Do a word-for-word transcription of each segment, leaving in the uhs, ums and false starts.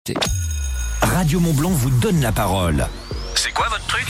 Radio Mont-Blanc vous donne la parole. C'est quoi votre truc ?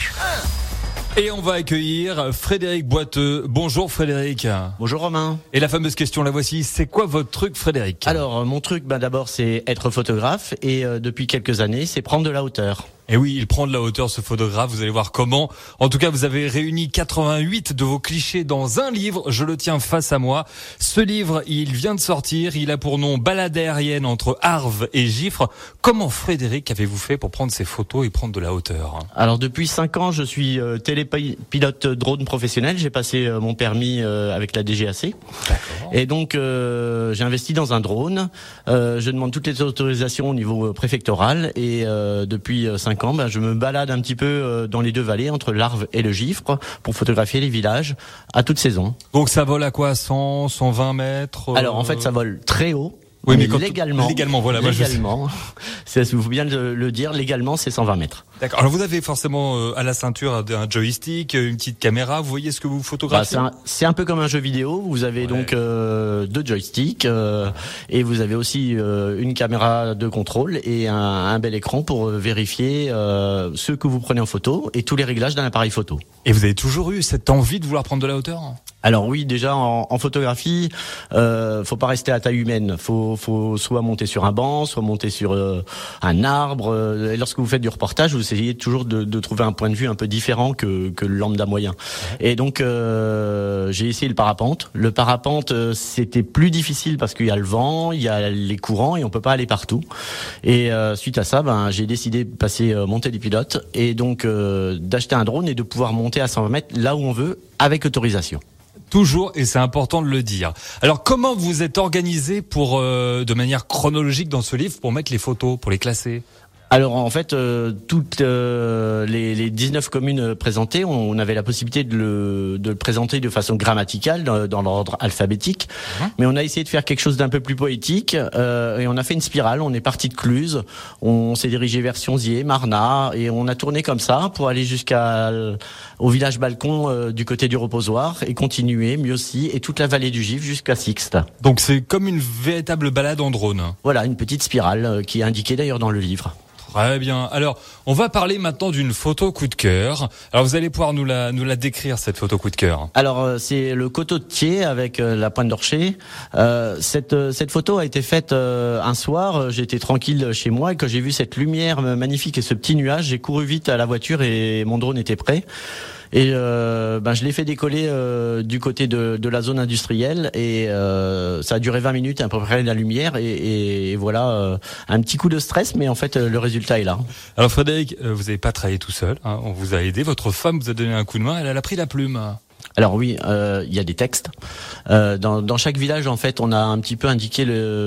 Et on va accueillir Frédéric Boiteux. Bonjour Frédéric. Bonjour Romain. Et la fameuse question, la voici. C'est quoi votre truc, Frédéric ? Alors, mon truc, ben d'abord, c'est être photographe. Et euh, depuis quelques années, c'est prendre de la hauteur. Et oui, il prend de la hauteur, ce photographe, vous allez voir comment. En tout cas, vous avez réuni quatre-vingt-huit de vos clichés dans un livre, je le tiens face à moi. Ce livre, il vient de sortir, il a pour nom Balade aérienne entre Arves et Giffre. Comment, Frédéric, avez-vous fait pour prendre ces photos et prendre de la hauteur ? Alors, depuis cinq ans, je suis euh, télépilote drone professionnel. J'ai passé euh, mon permis euh, avec la D G A C. D'accord. Et donc, euh, j'ai investi dans un drone. Euh, je demande toutes les autorisations au niveau préfectoral. Et euh, depuis cinq ans, ben, je me balade un petit peu dans les deux vallées, entre l'Arve et le Giffre, pour photographier les villages à toute saison. Donc ça vole à quoi ? cent, cent vingt mètres ? Alors en fait, ça vole très haut. Oui, mais, mais quand légalement, légalement, voilà, légalement, c'est, il faut bien le, le dire, légalement, c'est cent vingt mètres. D'accord. Alors vous avez forcément euh, à la ceinture un joystick, une petite caméra. Vous voyez ce que vous photographiez ? Bah, c'est, un, c'est un peu comme un jeu vidéo. Vous avez ouais. donc euh, deux joysticks euh, et vous avez aussi euh, une caméra de contrôle et un, un bel écran pour vérifier euh, ce que vous prenez en photo et tous les réglages d'un appareil photo. Et vous avez toujours eu cette envie de vouloir prendre de la hauteur ? Alors oui, déjà en, en photographie, euh, faut pas rester à taille humaine. Faut, faut soit monter sur un banc, soit monter sur euh, un arbre. Euh, et lorsque vous faites du reportage, vous essayez toujours de, de trouver un point de vue un peu différent que, que le lambda moyen. Et donc euh, j'ai essayé le parapente. Le parapente, euh, c'était plus difficile parce qu'il y a le vent, il y a les courants et on peut pas aller partout. Et euh, suite à ça, ben j'ai décidé de passer euh, mon télépilote et donc euh, d'acheter un drone et de pouvoir monter à cent vingt mètres là où on veut avec autorisation. Toujours, et c'est important de le dire. Alors, comment vous êtes organisé pour, euh, de manière chronologique dans ce livre, pour mettre les photos, pour les classer ? Alors en fait, euh, toutes euh, les, les dix-neuf communes présentées, on, on avait la possibilité de le, de le présenter de façon grammaticale, dans, dans l'ordre alphabétique. Mmh. Mais on a essayé de faire quelque chose d'un peu plus poétique, euh, et on a fait une spirale. On est parti de Cluse, on s'est dirigé vers Sionzier, Marnat, et on a tourné comme ça pour aller jusqu'à au village Balcon euh, du côté du reposoir, et continuer, Mieuxy, et toute la vallée du Gif jusqu'à Sixte. Donc c'est comme une véritable balade en drone. Voilà, une petite spirale euh, qui est indiquée d'ailleurs dans le livre. Très bien. Alors, on va parler maintenant d'une photo coup de cœur. Alors, vous allez pouvoir nous la, nous la décrire, cette photo coup de cœur. Alors, euh, c'est le coteau de Thiers avec euh, la pointe d'Orcher. Euh, cette, euh, cette photo a été faite euh, un soir. J'étais tranquille chez moi et quand j'ai vu cette lumière magnifique et ce petit nuage, j'ai couru vite à la voiture et mon drone était prêt. Et euh, ben je l'ai fait décoller euh, du côté de, de la zone industrielle et euh, ça a duré vingt minutes à peu près la lumière et, et voilà euh, un petit coup de stress, mais en fait euh, le résultat est là. Alors Frédéric, euh, vous n'avez pas travaillé tout seul, hein, on vous a aidé, votre femme vous a donné un coup de main, elle, elle a pris la plume. Alors oui, euh, il y a des textes. Euh, dans, dans chaque village, en fait, on a un petit peu indiqué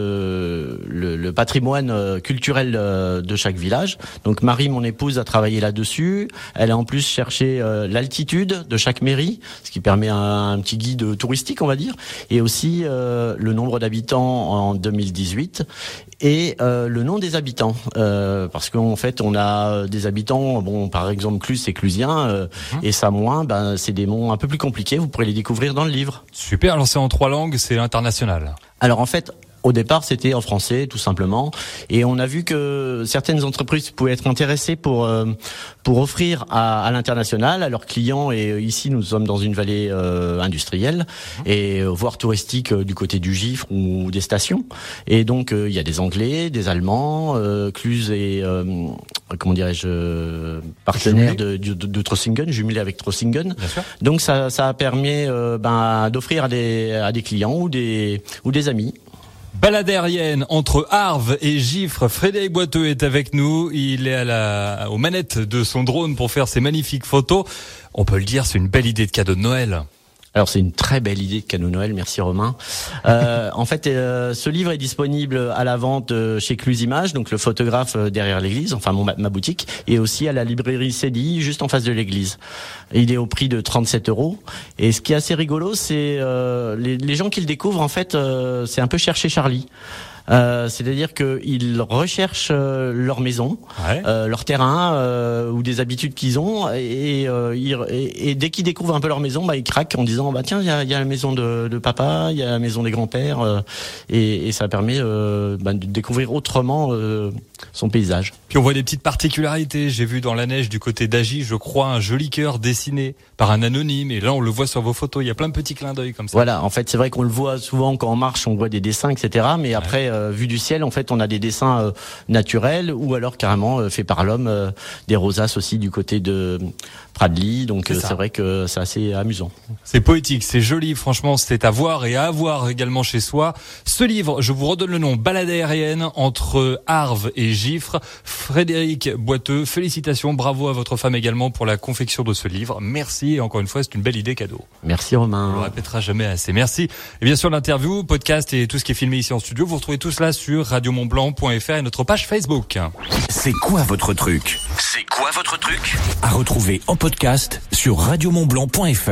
le, le, le patrimoine culturel de chaque village. Donc Marie, mon épouse, a travaillé là-dessus. Elle a en plus cherché euh, l'altitude de chaque mairie, ce qui permet un, un petit guide touristique, on va dire, et aussi euh, le nombre d'habitants en deux mille dix-huit et euh, le nom des habitants, euh, parce qu'en fait, on a des habitants. Bon, par exemple, Cluse, c'est Clusien, euh, mmh. et Samoin, ben c'est des noms un peu plus compliqués. Vous pourrez les découvrir dans le livre. Super. Alors c'est en trois langues, c'est international. Alors en fait, au départ, c'était en français, tout simplement, et on a vu que certaines entreprises pouvaient être intéressées pour euh, pour offrir à, à l'international, à leurs clients. Et ici, nous sommes dans une vallée euh, industrielle et euh, voire touristique euh, du côté du Gifre ou des stations. Et donc, euh, il y a des Anglais, des Allemands, euh, Cluse et euh, comment dirais-je, euh, partenaire de, de, de, de Trossingen, jumelé avec Trossingen. Donc, ça, ça a permis euh, ben, d'offrir à des à des clients ou des ou des amis. Balade aérienne entre Arves et Giffre. Frédéric Boiteux est avec nous. Il est à la, aux manettes de son drone pour faire ces magnifiques photos. On peut le dire, c'est une belle idée de cadeau de Noël. Alors c'est une très belle idée de cadeau Noël, merci Romain. Euh, en fait, euh, ce livre est disponible à la vente chez Cluse Images, donc le photographe derrière l'église, enfin mon, ma boutique, et aussi à la librairie C D I juste en face de l'église. Il est au prix de trente-sept euros. Et ce qui est assez rigolo, c'est euh, les, les gens qui le découvrent, en fait, euh, c'est un peu chercher Charlie. Euh, c'est-à-dire qu'ils recherchent euh, leur maison, ouais. euh, leur terrain euh, ou des habitudes qu'ils ont, et, euh, ils, et, et dès qu'ils découvrent un peu leur maison, bah, ils craquent en disant bah tiens, il y a, y a la maison de, de papa, il y a la maison des grands-pères, euh, et, et ça permet euh, bah, de découvrir autrement euh, son paysage. Puis on voit des petites particularités. J'ai vu dans la neige du côté d'Agy, je crois, un joli cœur dessiné par un anonyme, et là on le voit sur vos photos. Il y a plein de petits clins d'œil comme ça. Voilà, en fait c'est vrai qu'on le voit souvent quand on marche, on voit des dessins, et cetera. Mais après, ouais. euh, vu du ciel, en fait, on a des dessins euh, naturels ou alors carrément euh, faits par l'homme, euh, des rosaces aussi du côté de Pradly. Donc c'est, euh, c'est vrai que c'est assez amusant. C'est poétique, c'est joli. Franchement, c'est à voir et à avoir également chez soi. Ce livre, je vous redonne le nom, Balade aérienne entre Arves et Giffre. Frédéric Boiteux, félicitations, bravo à votre femme également pour la confection de ce livre. Merci et encore une fois, c'est une belle idée cadeau. Merci Romain. On le répétera jamais assez. Merci. Et bien sûr, l'interview, podcast et tout ce qui est filmé ici en studio, vous retrouvez tout cela sur radio mont blanc point f r et notre page Facebook. C'est quoi votre truc ? C'est quoi votre truc ? À retrouver en podcast sur radio mont blanc point f r.